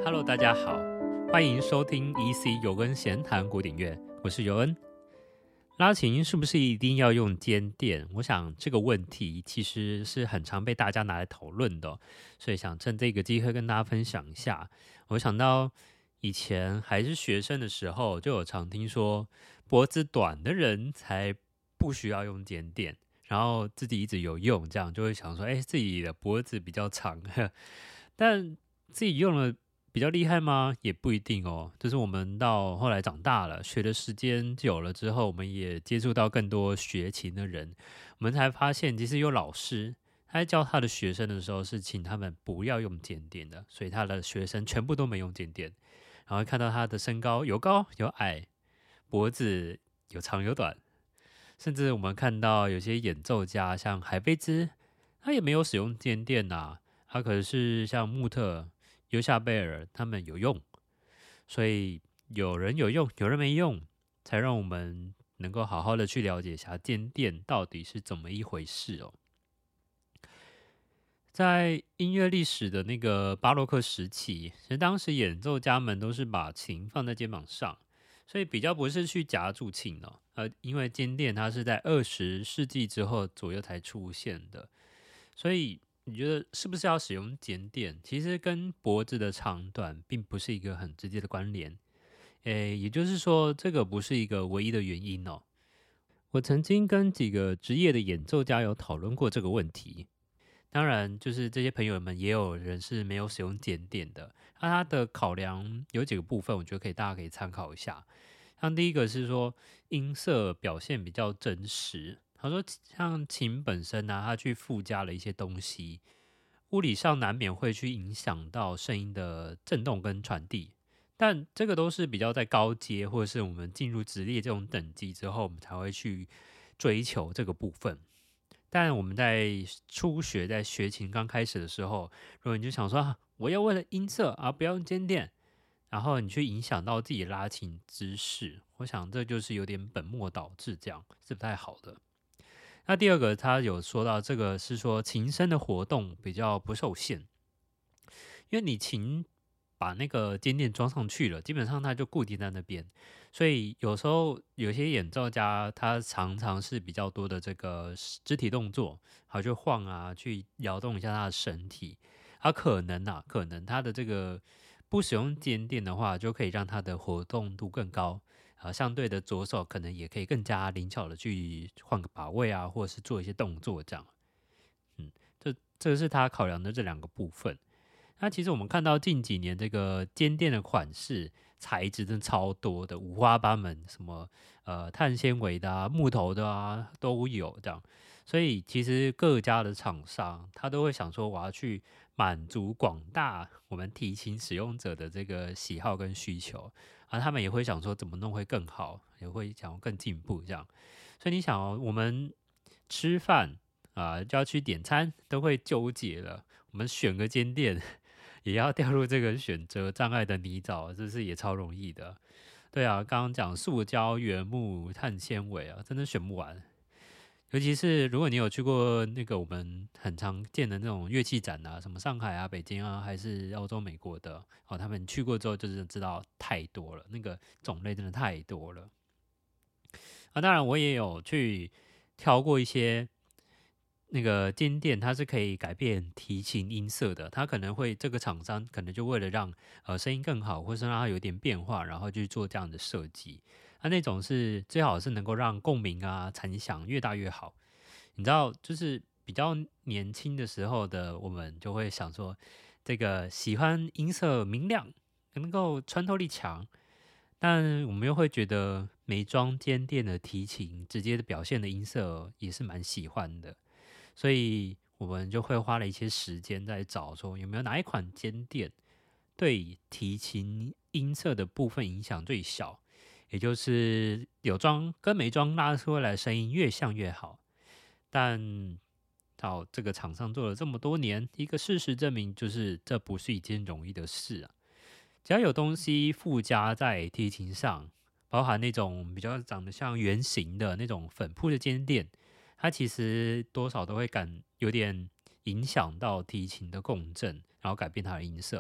Hello， 大家好，欢迎收听 EC 尤恩闲谈古典乐，我是尤恩。拉琴是不是一定要用尖垫？我想这个问题其实是很常被大家拿来讨论的，所以想趁这个机会跟大家分享一下。我想到以前还是学生的时候，就有常听说脖子短的人才不需要用尖垫，然后自己一直有用，这样就会想说，自己的脖子比较长，但自己用了比较厉害吗？也不一定哦。就是我们到后来长大了，学的时间久了之后，我们也接触到更多学琴的人，我们才发现，其实有老师他在教他的学生的时候，是请他们不要用尖垫的，所以他的学生全部都没用尖垫。然后看到他的身高有高有矮，脖子有长有短，甚至我们看到有些演奏家，像海菲兹，他也没有使用尖垫啊，他可是像穆特、尤夏贝尔他们有用，所以有人有用，有人没用，才让我们能够好好的去了解一下尖垫到底是怎么一回事哦。在音乐历史的那个巴洛克时期，其实当时演奏家们都是把琴放在肩膀上，所以比较不是去夹住琴哦。因为尖垫它是在20世纪之后左右才出现的，所以你觉得是不是要使用尖垫？其实跟脖子的长短并不是一个很直接的关联。也就是说，这个不是一个唯一的原因哦。我曾经跟几个职业的演奏家有讨论过这个问题。当然，就是这些朋友们也有人是没有使用尖垫的。那他的考量有几个部分，我觉得大家可以参考一下。像第一个是说音色表现比较真实。他说，像琴本身啊，它去附加了一些东西，物理上难免会去影响到声音的震动跟传递。但这个都是比较在高阶，或者是我们进入职业这种等级之后，我们才会去追求这个部分。但我们在初学，在学琴刚开始的时候，如果你就想说我要为了音色而不要用尖垫，然后你去影响到自己拉琴姿势，我想这就是有点本末倒置，这样是不太好的。那第二个，他有说到这个是说琴身的活动比较不受限，因为你琴把那个尖垫装上去了，基本上它就固定在那边，所以有时候有些演奏家他常常是比较多的这个肢体动作，好就晃啊，去摇动一下他的身体，可能他的这个不使用尖垫的话，就可以让他的活动度更高。相对的左手可能也可以更加灵巧的去换个把位啊，或者是做一些动作这样。这是他考量的这两个部分。那其实我们看到近几年这个尖垫的款式材质真的超多的，五花八门，什么碳纤维的啊、木头的啊都有这样。所以其实各家的厂商他都会想说，我要去满足广大我们提琴使用者的这个喜好跟需求他们也会想说怎么弄会更好，也会想要更进步这样。所以你想我们吃饭就要去点餐，都会纠结了，我们选个尖垫。也要掉入这个选择障碍的泥沼，这是也超容易的。对啊，刚刚讲塑胶、原木、碳纤维真的选不完。尤其是如果你有去过那个我们很常见的那种乐器展什么上海北京还是澳洲、美国的他们去过之后就是知道太多了，那个种类真的太多了。当然我也有去挑过一些。那个尖垫它是可以改变提琴音色的，它可能会这个厂商可能就为了让声音更好，或是让它有点变化，然后去做这样的设计。那种是最好是能够让共鸣残响越大越好。你知道，就是比较年轻的时候的我们就会想说，这个喜欢音色明亮，能够穿透力强，但我们又会觉得没装尖垫的提琴直接的表现的音色也是蛮喜欢的。所以我们就会花了一些时间在找说有没有哪一款尖垫对提琴音色的部分影响最小，也就是有装跟没装拉出来的声音越像越好。但到这个厂商做了这么多年，一个事实证明就是这不是一件容易的事只要有东西附加在提琴上，包含那种比较长得像圆形的那种粉扑的尖垫，它其实多少都会有点影响到提琴的共振，然后改变它的音色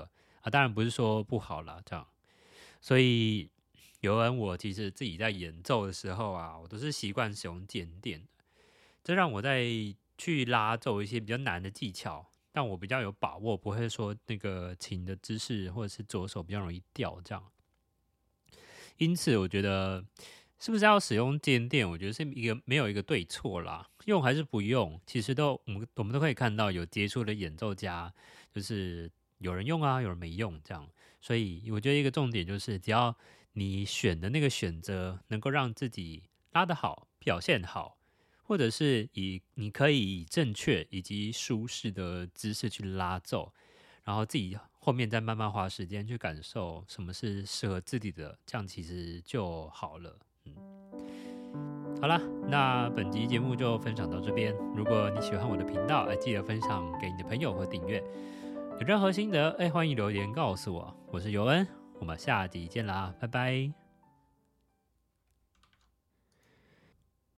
啊，当然不是说不好啦，这样。所以尤恩我其实自己在演奏的时候啊，我都是习惯使用渐垫，这让我在去拉奏一些比较难的技巧，但我比较有把握，不会说那个琴的姿势或者是左手比较容易掉这样。因此，我觉得是不是要使用渐垫，我觉得是没有一个对错啦，用还是不用，其实我们都可以看到有杰出的演奏家，就是有人用啊，有人没用这样。所以我觉得一个重点就是，只要你选的那个选择能够让自己拉得好、表现好，或者是你可以以正确以及舒适的姿势去拉奏，然后自己后面再慢慢花时间去感受什么是适合自己的，这样其实就好了。好啦，那本集节目就分享到这边。如果你喜欢我的频道，记得分享给你的朋友或订阅。有任何心得，欢迎留言告诉我。我是尤恩，我们下集见啦，拜拜。